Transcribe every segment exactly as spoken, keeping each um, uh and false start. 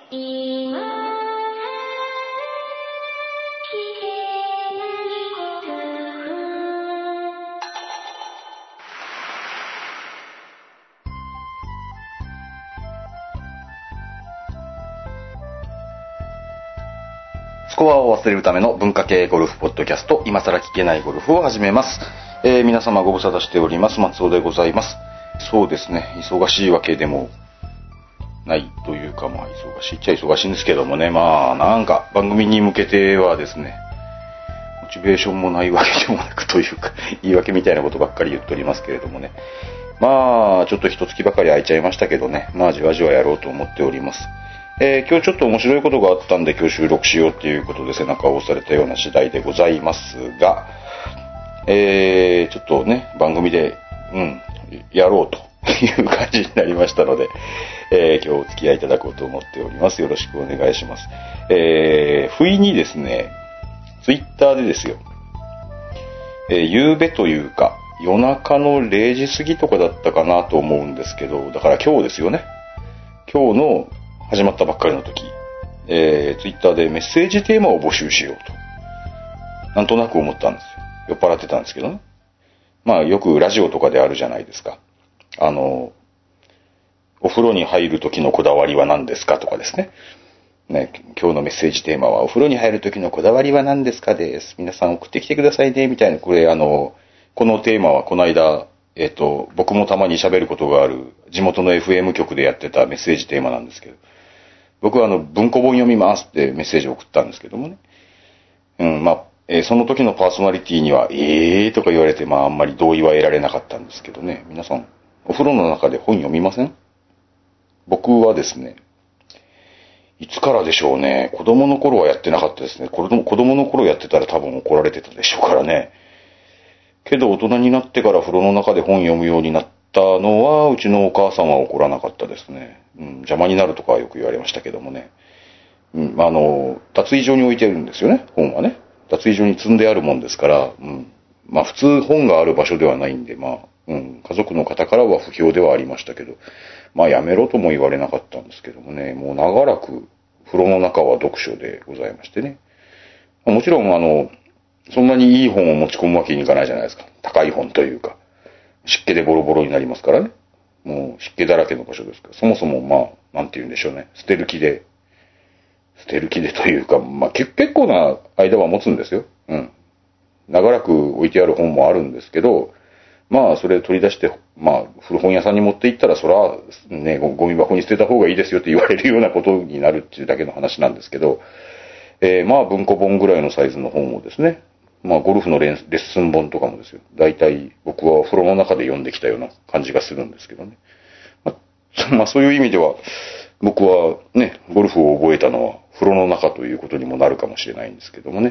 スコアを忘れるための文化系ゴルフポッドキャスト、今更聞けないゴルフを始めます。えー、皆様ご無沙汰しております。松尾でございます。そうですね、忙しいわけでもないというか、まあ忙しいっちゃ忙しいんですけどもね、まあなんか番組に向けてはですね、モチベーションもないわけでもなくというか、言い訳みたいなことばっかり言っておりますけれどもね、まあちょっと一月ばかり空いちゃいましたけどね、まあじわじわやろうと思っております。えー、今日ちょっと面白いことがあったんで今日収録しようっていうことで背中を押されたような次第でございますが、えー、ちょっとね番組でうんやろうという感じになりましたので、えー、今日お付き合いいただこうと思っております。よろしくお願いします。えー、不意にですねツイッターでですよ、えー、夕べというか夜中のれいじ過ぎとかだったかなと思うんですけど、だから今日ですよね、今日の始まったばっかりの時、えー、ツイッターでメッセージテーマを募集しようとなんとなく思ったんですよ。酔っ払ってたんですけどね。まあよくラジオとかであるじゃないですか。あのお風呂に入る時のこだわりは何ですかとかですね。ね、今日のメッセージテーマはお風呂に入る時のこだわりは何ですかです。皆さん送ってきてくださいねみたいな、これあのこのテーマはこの間えっと僕もたまに喋ることがある地元の エフエム 局でやってたメッセージテーマなんですけど。僕はあの文庫本読みますってメッセージを送ったんですけどもね。うん、まあ、えー、その時のパーソナリティには、えーとか言われて、まああんまり同意は得られなかったんですけどね。皆さん、お風呂の中で本読みません？僕はですね、いつからでしょうね。子供の頃はやってなかったですね。子供、子供の頃やってたら多分怒られてたでしょうからね。けど大人になってから風呂の中で本読むようになったのは、うちのお母さんは怒らなかったですね。うん、邪魔になるとかはよく言われましたけどもね。うん、あの、脱衣所に置いてるんですよね、本はね。脱衣所に積んであるもんですから、うん。まあ普通本がある場所ではないんで、まあ、うん、家族の方からは不評ではありましたけど、まあやめろとも言われなかったんですけどもね、もう長らく風呂の中は読書でございましてね。もちろんあの、そんなにいい本を持ち込むわけにいかないじゃないですか。高い本というか。湿気でボロボロになりますからね。もう湿気だらけの場所ですから。そもそもまあ、なんて言うんでしょうね。捨てる気で、捨てる気でというか、まあ結構な間は持つんですよ。うん。長らく置いてある本もあるんですけど、まあそれ取り出して、まあ古本屋さんに持って行ったらそれはね、ゴミ箱に捨てた方がいいですよって言われるようなことになるっていうだけの話なんですけど、えー、まあ文庫本ぐらいのサイズの本をですね、まあゴルフのレッスン本とかもですよ。大体僕は風呂の中で読んできたような感じがするんですけどね。まあ、まあそういう意味では僕はね、ゴルフを覚えたのは風呂の中ということにもなるかもしれないんですけどもね。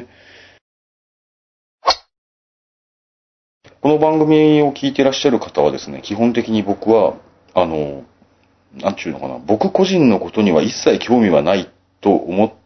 この番組を聞いていらっしゃる方はですね、基本的に僕は、あの、なんちゅうのかな、僕個人のことには一切興味はないと思って、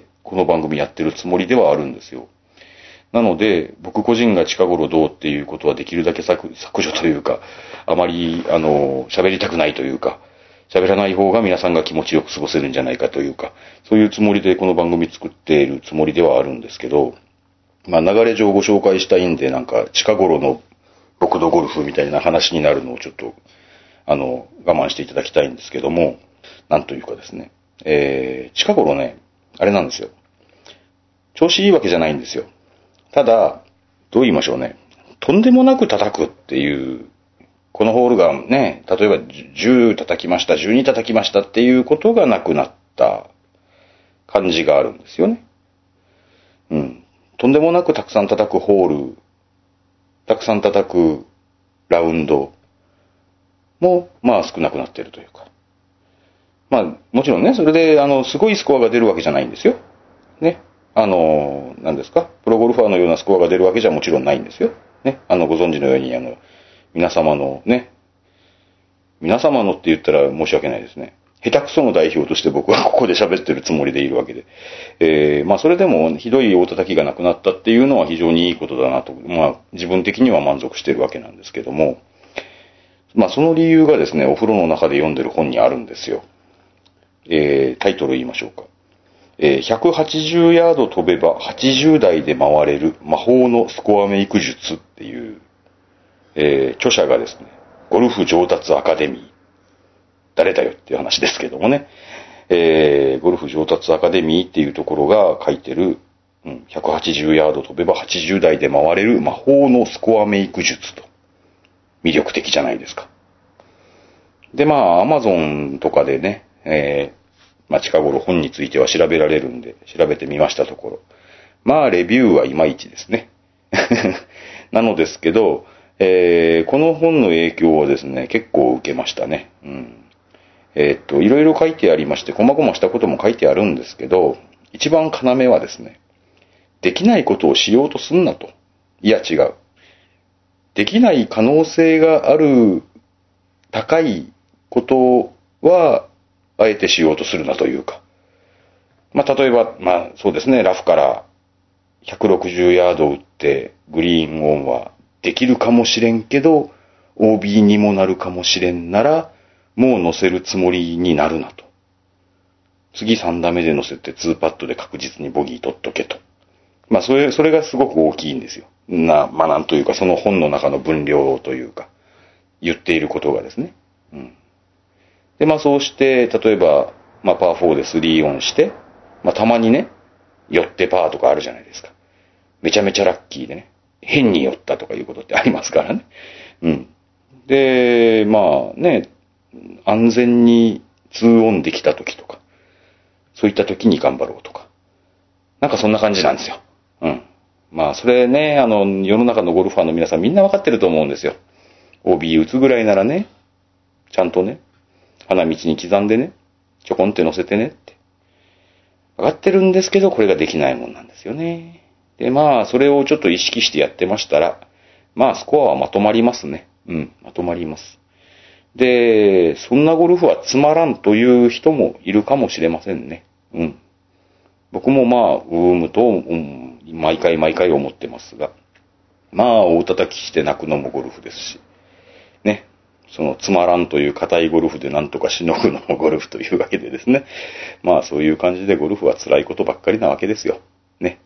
この番組やってるつもりではあるんですよ。なので、僕個人が近頃どうっていうことはできるだけ削除というか、あまり、あの、喋りたくないというか、喋らない方が皆さんが気持ちよく過ごせるんじゃないかというか、そういうつもりでこの番組作っているつもりではあるんですけど、まあ流れ上ご紹介したいんで、なんか近頃の僕のゴルフみたいな話になるのをちょっと、あの、我慢していただきたいんですけども、なんというかですね、えー、近頃ね、あれなんですよ。調子いいわけじゃないんですよ。ただ、どう言いましょうね。とんでもなく叩くっていう、このホールがね、例えばじゅう叩きました、じゅうに叩きましたっていうことがなくなった感じがあるんですよね。うん。とんでもなくたくさん叩くホール、たくさん叩くラウンドも、まあ少なくなっているというか。まあ、もちろんね、それで、あの、すごいスコアが出るわけじゃないんですよ。ね。あの、何ですか、プロゴルファーのようなスコアが出るわけじゃもちろんないんですよ。ね。あの、ご存知のように、あの、皆様のね、皆様のって言ったら申し訳ないですね。下手くその代表として僕はここで喋ってるつもりでいるわけで。えー、まあそれでもひどい大叩きがなくなったっていうのは非常にいいことだなと、まあ自分的には満足しているわけなんですけども、まあその理由がですね、お風呂の中で読んでる本にあるんですよ。 えー、タイトル言いましょうか。えー、ひゃくはちじゅうヤード飛べばはちじゅうだいで回れる魔法のスコアメイク術っていう、えー、著者がですね、ゴルフ上達アカデミー。誰だよっていう話ですけどもね。えー、ゴルフ上達アカデミーっていうところが書いてる、うん、ひゃくはちじゅうヤード飛べばはちじゅうだいで回れる魔法のスコアメイク術と。魅力的じゃないですか。で、まあ、アマゾンとかでね、えー、まあ、近頃本については調べられるんで、調べてみましたところ。まあ、レビューはいまいちですね。なのですけど、えー、この本の影響はですね、結構受けましたね。うん。えー、っと、いろいろ書いてありまして、細々したことも書いてあるんですけど、一番要はですね、できないことをしようとすんなと。いや違う。できない可能性がある高いことは、あえてしようとするなというか。まあ、例えば、まあ、そうですね、ラフからひゃくろくじゅうヤード打って、グリーンオンはできるかもしれんけど、オービー にもなるかもしれんなら、もう乗せるつもりになるなと。次さん打目で乗せてにパットで確実にボギー取っとけと。まあそれ、それがすごく大きいんですよ。な、まあなんというかその本の中の分量というか、言っていることがですね。うん。で、まあそうして、例えば、まあパーフォーでスリーオンして、まあたまにね、寄ってパーとかあるじゃないですか。めちゃめちゃラッキーでね、変に寄ったとかいうことってありますからね。うん。で、まあね、安全にツーオンできた時とか、そういった時に頑張ろうとか。なんかそんな感じなんですよ。うん。まあそれね、あの、世の中のゴルファーの皆さんみんなわかってると思うんですよ。オービー 打つぐらいならね、ちゃんとね、花道に刻んでね、ちょこんって乗せてねって。わかってるんですけど、これができないもんなんですよね。で、まあ、それをちょっと意識してやってましたら、まあ、スコアはまとまりますね。うん、まとまります。で、そんなゴルフはつまらんという人もいるかもしれませんね。うん。僕もまあ、うーむと、うん、毎回毎回思ってますが、まあ、大叩きして泣くのもゴルフですし、ね。そのつまらんという硬いゴルフでなんとかしのぐのもゴルフというわけでですね。まあ、そういう感じでゴルフは辛いことばっかりなわけですよ。ね。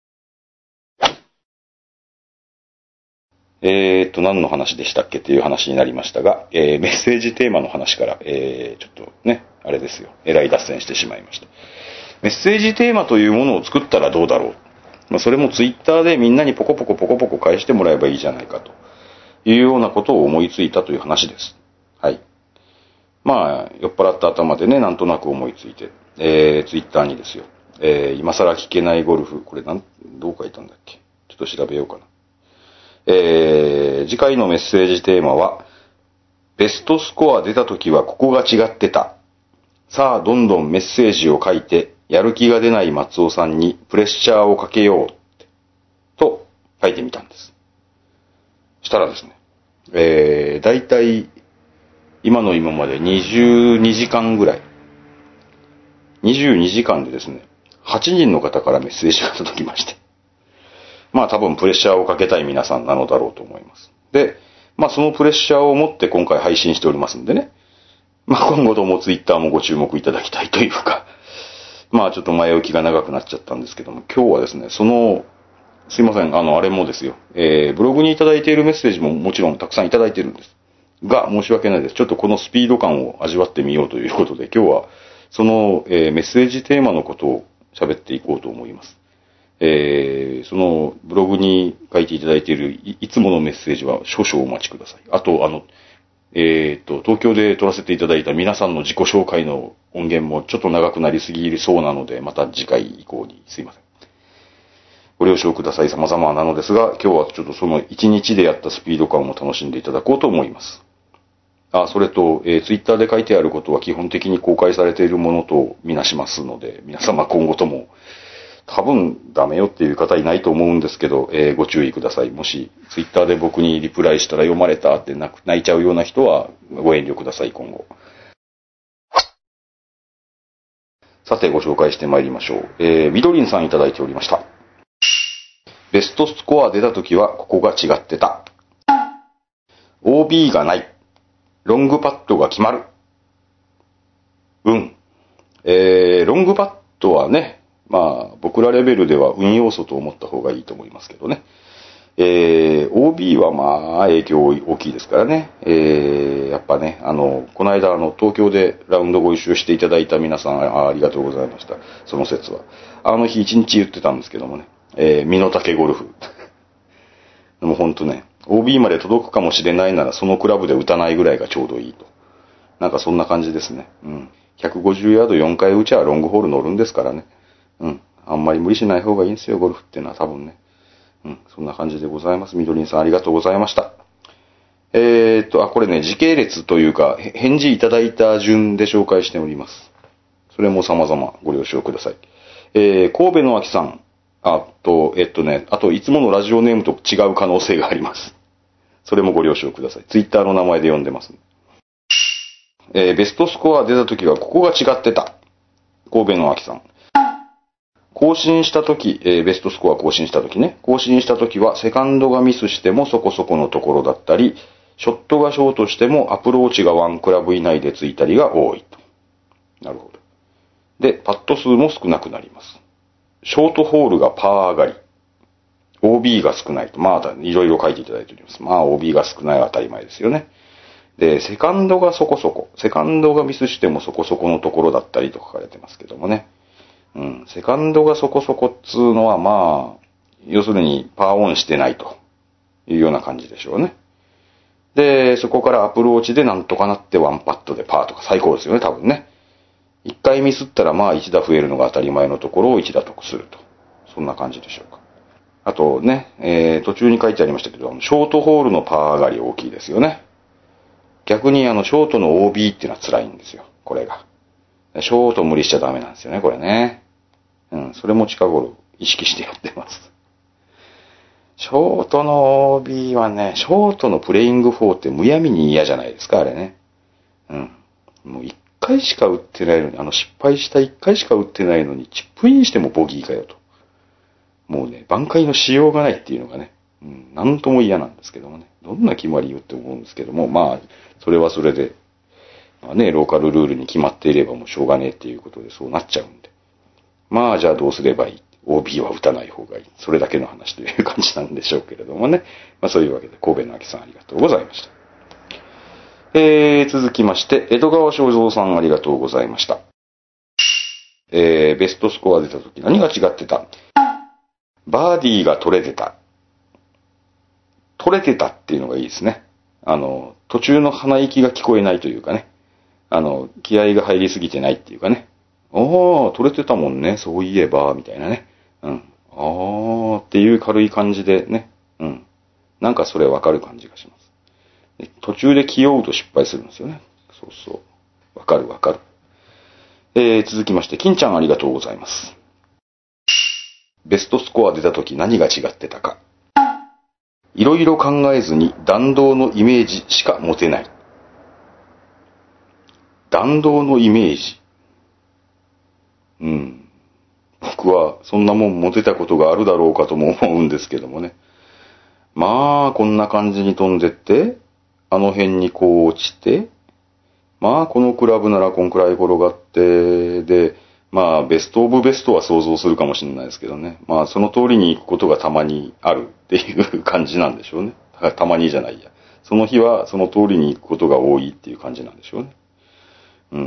えーっと、何の話でしたっけっていう話になりましたが、えー、メッセージテーマの話から、えー、ちょっとね、あれですよ。えらい脱線してしまいました。メッセージテーマというものを作ったらどうだろう。まあ、それもツイッターでみんなにポコポコポコポコ返してもらえばいいじゃないかというようなことを思いついたという話です。はい。まあ、酔っ払った頭でね、なんとなく思いついて、えー、ツイッターにですよ。えー、今更聞けないゴルフ。これなん、どう書いたんだっけ。ちょっと調べようかな。えー、次回のメッセージテーマは、ベストスコア出た時はここが違ってた。さあ、どんどんメッセージを書いて、やる気が出ない松尾さんにプレッシャーをかけよう。と書いてみたんです。したらですね、えー、だいたい今の今までにじゅうにじかんぐらい、にじゅうにじかんでですね、はちにんの方からメッセージが届きまして。まあ多分プレッシャーをかけたい皆さんなのだろうと思います。で、まあそのプレッシャーを持って今回配信しておりますんでね。まあ今後ともツイッターもご注目いただきたいというか、まあちょっと前置きが長くなっちゃったんですけども、今日はですね、その、すいません、あの、あれもですよ、えー、ブログにいただいているメッセージももちろんたくさんいただいているんです。が、申し訳ないです。ちょっとこのスピード感を味わってみようということで、今日はその、えー、メッセージテーマのことを喋っていこうと思います。えー、そのブログに書いていただいている い, いつものメッセージは少々お待ちください。あと、あの、えー、と、東京で撮らせていただいた皆さんの自己紹介の音源もちょっと長くなりすぎそうなので、また次回以降にすいません。ご了承ください。様々なのですが、今日はちょっとその一日でやったスピード感を楽しんでいただこうと思います。あ、それと、えー、ツイッターで書いてあることは基本的に公開されているものとみなしますので、皆様今後とも多分ダメよっていう方いないと思うんですけど、えー、ご注意ください。もしツイッターで僕にリプライしたら読まれたって泣いちゃうような人はご遠慮ください、今後。さてご紹介してまいりましょう。えー、みどりんさんいただいておりました。ベストスコア出た時はここが違ってた。オービー がない。ロングパットが決まる。うん。 ングパットはね、まあ僕らレベルでは運要素と思った方がいいと思いますけどね。えー、オービー はまあ影響大きいですからね。えー、やっぱね、あの、この間あの東京でラウンドご一緒していただいた皆さん あ, ありがとうございました。その説は。あの日一日言ってたんですけどもね、えー、身の丈ゴルフ。でもほんとね、オービー まで届くかもしれないならそのクラブで打たないぐらいがちょうどいいと。なんかそんな感じですね。うん。ひゃくごじゅうヤードよんかい打ちゃロングホール乗るんですからね。うん。あんまり無理しない方がいいんですよ、ゴルフっていうのは多分ね。うん。そんな感じでございます。みどりんさんありがとうございました。えーっと、あ、これね、時系列というか、返事いただいた順で紹介しております。それも様々ご了承ください。えー、神戸の秋さん。あと、えっとね、あと、いつものラジオネームと違う可能性があります。それもご了承ください。ツイッターの名前で呼んでます、ね。えー、ベストスコア出た時はここが違ってた。神戸の秋さん。更新した時、えー、ベストスコア更新した時ね。更新した時はセカンドがミスしてもそこそこのところだったり、ショットがショートしてもアプローチがワンクラブ以内でついたりが多いと。なるほど。で、パット数も少なくなります。ショートホールがパー上がり。オービー が少ないと。まあ、いろいろ書いていただいております。まあ、オービー が少ないは当たり前ですよね。で、セカンドがそこそこ。セカンドがミスしてもそこそこのところだったりと書かれてますけどもね。うん。セカンドがそこそこっつうのは、まあ、要するにパーオンしてないというような感じでしょうね。で、そこからアプローチでなんとかなってワンパットでパーとか最高ですよね、多分ね。一回ミスったらまあ一打増えるのが当たり前のところを一打得すると。そんな感じでしょうか。あとね、えー、途中に書いてありましたけど、ショートホールのパー上がり大きいですよね。逆にあの、ショートの オービー っていうのは辛いんですよ、これが。ショート無理しちゃダメなんですよね、これね。うん、それも近頃意識してやってます。ショートの オービー はね、ショートのプレイングフォーってむやみに嫌じゃないですか、あれね。うん。もう一回しか打ってないのに、あの失敗した一回しか打ってないのに、チップインしてもボギーかよと。もうね、挽回のしようがないっていうのがね、うん、なんとも嫌なんですけどもね。どんな決まりよって思うんですけども、まあ、それはそれで、まあね、ローカルルールに決まっていればもうしょうがねえっていうことでそうなっちゃうんで。まあ、じゃあどうすればいい。オービー は打たない方がいい。それだけの話という感じなんでしょうけれどもね。まあそういうわけで、神戸の秋さんありがとうございました。えー、続きまして、江戸川正蔵さんありがとうございました。えー、ベストスコア出た時何が違ってた？バーディーが取れてた。取れてたっていうのがいいですね。あの、途中の鼻息が聞こえないというかね。あの、気合が入りすぎてないっていうかね。ああ、取れてたもんね、そういえば、みたいなね。うん。ああ、っていう軽い感じでね。うん。なんかそれわかる感じがします。で途中で気負うと失敗するんですよね。そうそう。わかるわかる。えー、続きまして、金ちゃんありがとうございます。ベストスコア出た時何が違ってたか。いろいろ考えずに弾道のイメージしか持てない。弾道のイメージ。うん。僕はそんなもん持てたことがあるだろうかとも思うんですけどもね。まあ、こんな感じに飛んでって、あの辺にこう落ちて、まあ、このクラブならこんくらい転がって、で、まあ、ベストオブベストは想像するかもしれないですけどね。まあ、その通りに行くことがたまにあるっていう感じなんでしょうね。だからたまにじゃないや。その日はその通りに行くことが多いっていう感じなんでしょうね。うん、うん、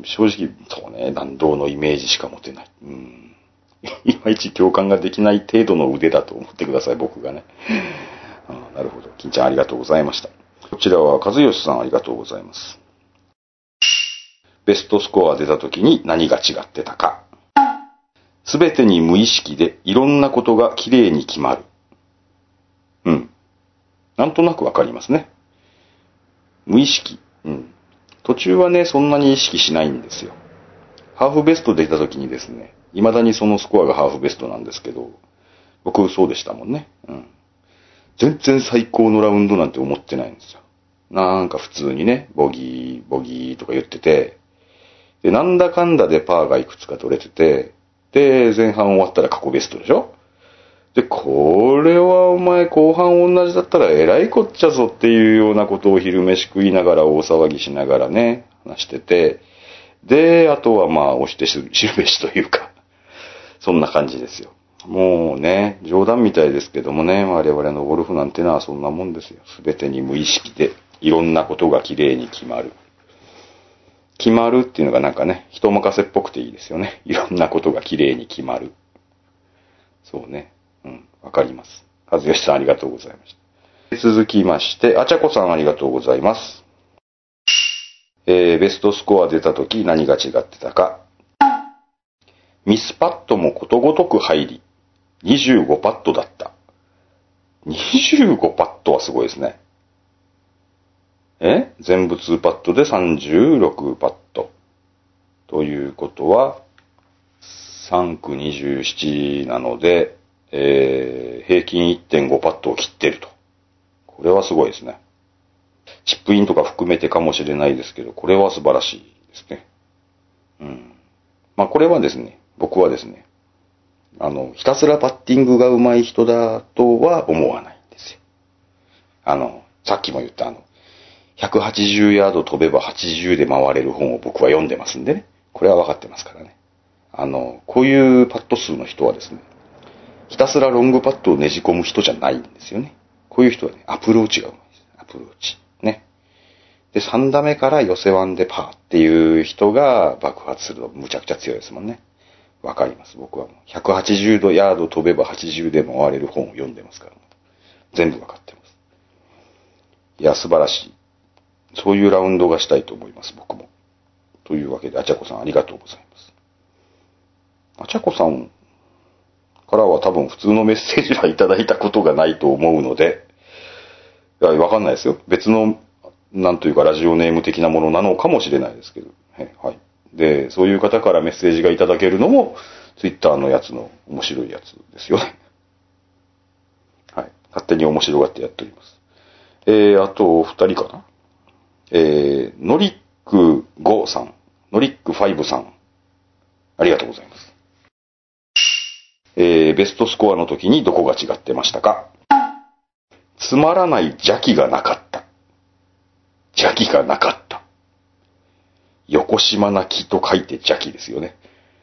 正直、そうね、弾道のイメージしか持てない。うん、いまいち共感ができない程度の腕だと思ってください、僕がね。あ、なるほど。金ちゃんありがとうございました。こちらは和義さんありがとうございます。ベストスコア出た時に何が違ってたか。すべてに無意識でいろんなことがきれいに決まる。うん。なんとなくわかりますね。無意識。うん。途中はね、そんなに意識しないんですよ。ハーフベスト出た時にですね、未だにそのスコアがハーフベストなんですけど、僕そうでしたもんね。うん。全然最高のラウンドなんて思ってないんですよ。なんか普通にね、ボギー、ボギーとか言ってて、で、なんだかんだでパーがいくつか取れてて、で、前半終わったら過去ベストでしょ？で、これはお前後半同じだったらえらいこっちゃぞっていうようなことを昼飯食いながら大騒ぎしながらね、話してて、 で、あとはまあ、押して知るべしというか、そんな感じですよ。もうね、冗談みたいですけどもね、我々のゴルフなんてのはそんなもんですよ。すべてに無意識で、いろんなことが綺麗に決まる。決まるっていうのがなんかね、人任せっぽくていいですよね。いろんなことが綺麗に決まる。そうね。うん、わかります。和義さんありがとうございました。続きまして、あちゃこさんありがとうございます。えー、ベストスコア出た時何が違ってたか。ミスパットもことごとく入り、にじゅうごパットだった。にじゅうごパットはすごいですね。え全部にパットでさんじゅうろくパット。ということは、さんくにじゅうなななので、えー、平均 いってんご パットを切ってると。これはすごいですね。チップインとか含めてかもしれないですけど、これは素晴らしいですね。うん。まあこれはですね、僕はですね、あの、ひたすらパッティングが上手い人だとは思わないんですよ。あの、さっきも言ったあの、ひゃくはちじゅうヤード飛べばはちじゅうで回れる本を僕は読んでますんでね。これは分かってますからね。あの、こういうパット数の人はですね、ひたすらロングパットをねじ込む人じゃないんですよね。こういう人はね、アプローチが上手いです。アプローチ。ね。で、さん打目から寄せワンでパーっていう人が爆発するとむちゃくちゃ強いですもんね。わかります。僕はもうひゃくはちじゅうどヤード飛べばはちじゅうで回れる本を読んでますから。全部わかってます。いや、素晴らしい。そういうラウンドがしたいと思います、僕も。というわけで、あちゃこさんありがとうございます。あちゃこさんからは多分普通のメッセージはいただいたことがないと思うので、いや、わかんないですよ。別の、なんというかラジオネーム的なものなのかもしれないですけど。はい。で、そういう方からメッセージがいただけるのも、ツイッターのやつの面白いやつですよね。はい。勝手に面白がってやっております。えー、あと二人かな。えー、ノリックごさん、ノリックごさん、ありがとうございます。えー、ベストスコアの時にどこが違ってましたか？つまらない邪気がなかった。邪気がなかった。横島な気と書いて邪気ですよね。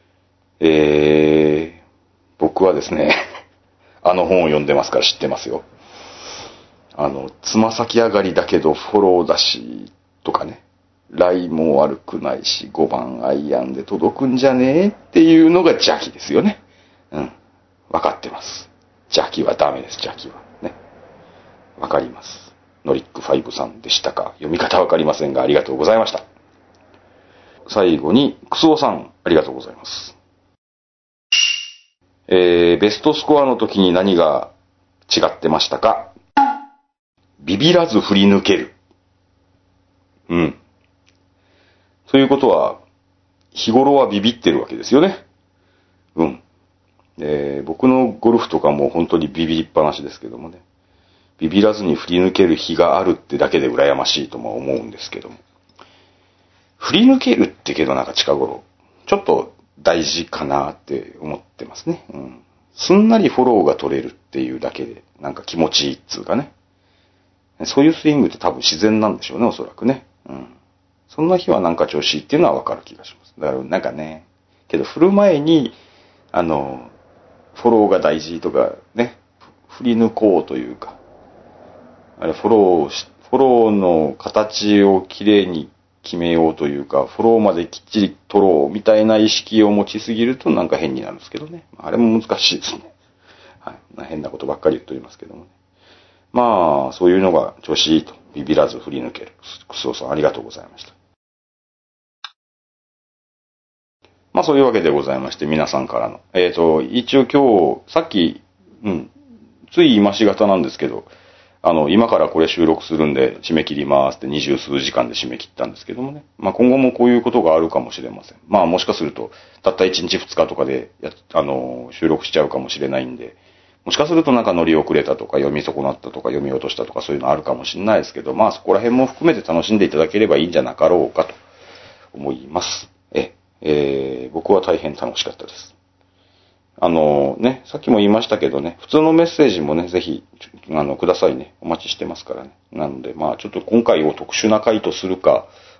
えー、僕はですね、あの本を読んでますから知ってますよ。あの、つま先上がりだけどフォローだし、とかね。ライも悪くないし、ごばんアイアンで届くんじゃねえっていうのが邪気ですよね。うん。わかってます。邪気はダメです、邪気は。ね。わかります。ノリックごさんでしたか。読み方わかりませんが、ありがとうございました。最後に、クソオさん、ありがとうございます。えー、ベストスコアの時に何が違ってましたか？ビビらず振り抜ける。うん。ということは、日頃はビビってるわけですよね。うん。えー、僕のゴルフとかも本当にビビりっぱなしですけどもね。ビビらずに振り抜ける日があるってだけで羨ましいとも思うんですけども。振り抜けるってけどなんか近頃、ちょっと大事かなって思ってますね。うん。すんなりフォローが取れるっていうだけで、なんか気持ちいいっつうかね。そういうスイングって多分自然なんでしょうね、おそらくね。うん。そんな日はなんか調子いいっていうのはわかる気がします。だからなんかね、けど振る前に、あの、フォローが大事とかね、振り抜こうというか、あれフォローし、フォローの形をきれいに決めようというか、フォローまできっちり取ろうみたいな意識を持ちすぎるとなんか変になるんですけどね。あれも難しいですね。はい。変なことばっかり言っておりますけどもね。まあ、そういうのが調子いいと。ビビらず振り抜ける。クソさんありがとうございました。まあそういうわけでございまして、皆さんからの。えっと、一応今日、さっき、うん、つい今しがたなんですけど、あの、今からこれ収録するんで締め切りますって二十数時間で締め切ったんですけどもね。まあ今後もこういうことがあるかもしれません。まあもしかすると、たった一日二日とかでや、あの、収録しちゃうかもしれないんで、もしかするとなんか乗り遅れたとか読み損なったとか読み落としたとかそういうのあるかもしれないですけど、まあそこら辺も含めて楽しんでいただければいいんじゃなかろうかと思います。え、えー、僕は大変楽しかったです。あのね、さっきも言いましたけどね、普通のメッセージもね、ぜひ、あの、くださいね。お待ちしてますからね。なので、まあちょっと今回を特殊な回とするか、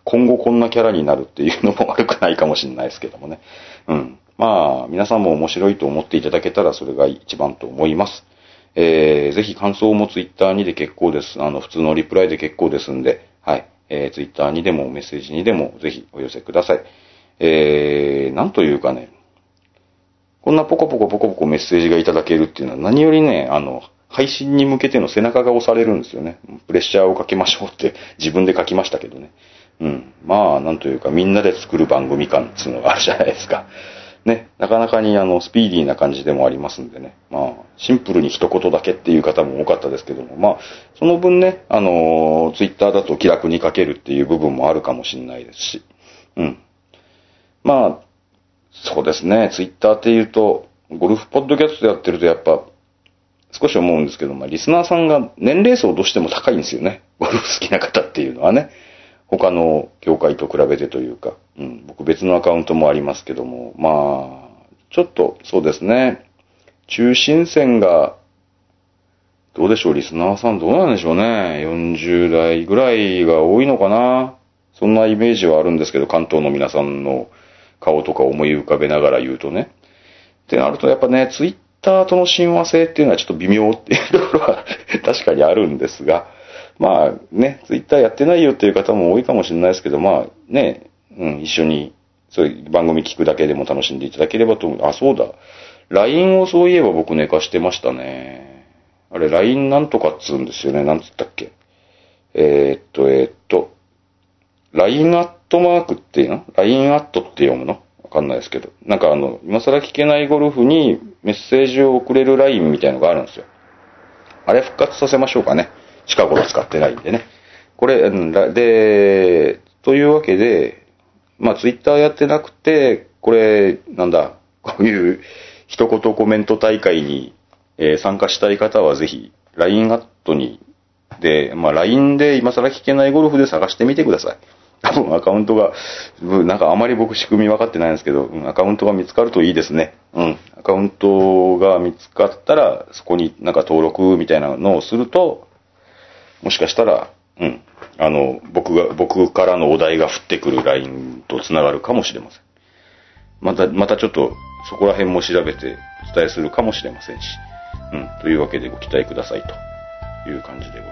今後こんなキャラになるっていうのも悪くないかもしれないですけどもね。うん。まあ、皆さんも面白いと思っていただけたらそれが一番と思います。えー、ぜひ感想もツイッターにで結構です。あの、普通のリプライで結構ですんで、はい。えー、ツイッターにでもメッセージにでもぜひお寄せください。えー、なんというかね、こんなポコポコポコポコメッセージがいただけるっていうのは何よりね、あの、配信に向けての背中が押されるんですよね。プレッシャーをかけましょうって自分で書きましたけどね。うん。まあ、なんというかみんなで作る番組感っていうのがあるじゃないですか。ね。なかなかにあの、スピーディーな感じでもありますんでね。まあ、シンプルに一言だけっていう方も多かったですけども、まあ、その分ね、あの、ツイッターだと気楽に書けるっていう部分もあるかもしれないですし。うん。まあ、そうですね。ツイッターっていうと、ゴルフポッドキャストやってるとやっぱ、少し思うんですけど、まあ、リスナーさんが年齢層としても高いんですよね。ゴルフ好きな方っていうのはね。他の業界と比べてというか、うん、僕別のアカウントもありますけども、まあ、ちょっとそうですね。中心線が、どうでしょう、リスナーさんどうなんでしょうね。よんじゅう代ぐらいが多いのかな。そんなイメージはあるんですけど、関東の皆さんの顔とか思い浮かべながら言うとね。ってなるとやっぱね、ツイッターとの親和性っていうのはちょっと微妙っていうところは確かにあるんですが、まあね、ツイッターやってないよっていう方も多いかもしれないですけど、まあね、うん、一緒にそういう番組聞くだけでも楽しんでいただければと思う。あ、そうだ。ライン をそういえば僕寝かしてましたね。あれ、ライン なんとかっつうんですよね。なんつったっけ。えー、っと、えー、っと、ライン アットマークっていうの ?ライン アットって読むのわかんないですけど。なんかあの、今更聞けないゴルフにメッセージを送れる ライン みたいのがあるんですよ。あれ復活させましょうかね。近頃使ってないんでね。これ、で、というわけで、まあツイッターやってなくて、これ、なんだ、こういう一言コメント大会に、えー、参加したい方はぜひ、ライン アットに、で、まあ ライン で今更聞けないゴルフで探してみてください。多分アカウントが、なんかあまり僕仕組み分かってないんですけど、アカウントが見つかるといいですね。うん。アカウントが見つかったら、そこになんか登録みたいなのをすると、もしかしたら、うん。あの、僕が、僕からのお題が降ってくる ライン とつながるかもしれません。また、またちょっと、そこら辺も調べてお伝えするかもしれませんし。うん。というわけでご期待くださいという感じでございます。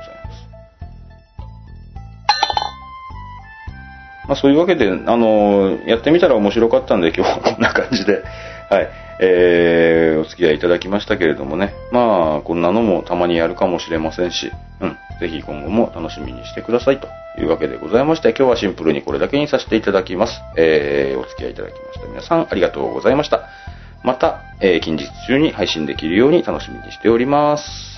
まあそういうわけで、あの、やってみたら面白かったんで今日はこんな感じで、はい、えー、お付き合いいただきましたけれどもね。まあ、こんなのもたまにやるかもしれませんし、うん、ぜひ今後も楽しみにしてくださいというわけでございまして、今日はシンプルにこれだけにさせていただきます。えー、お付き合いいただきました皆さんありがとうございました。また、えー、近日中に配信できるように楽しみにしております。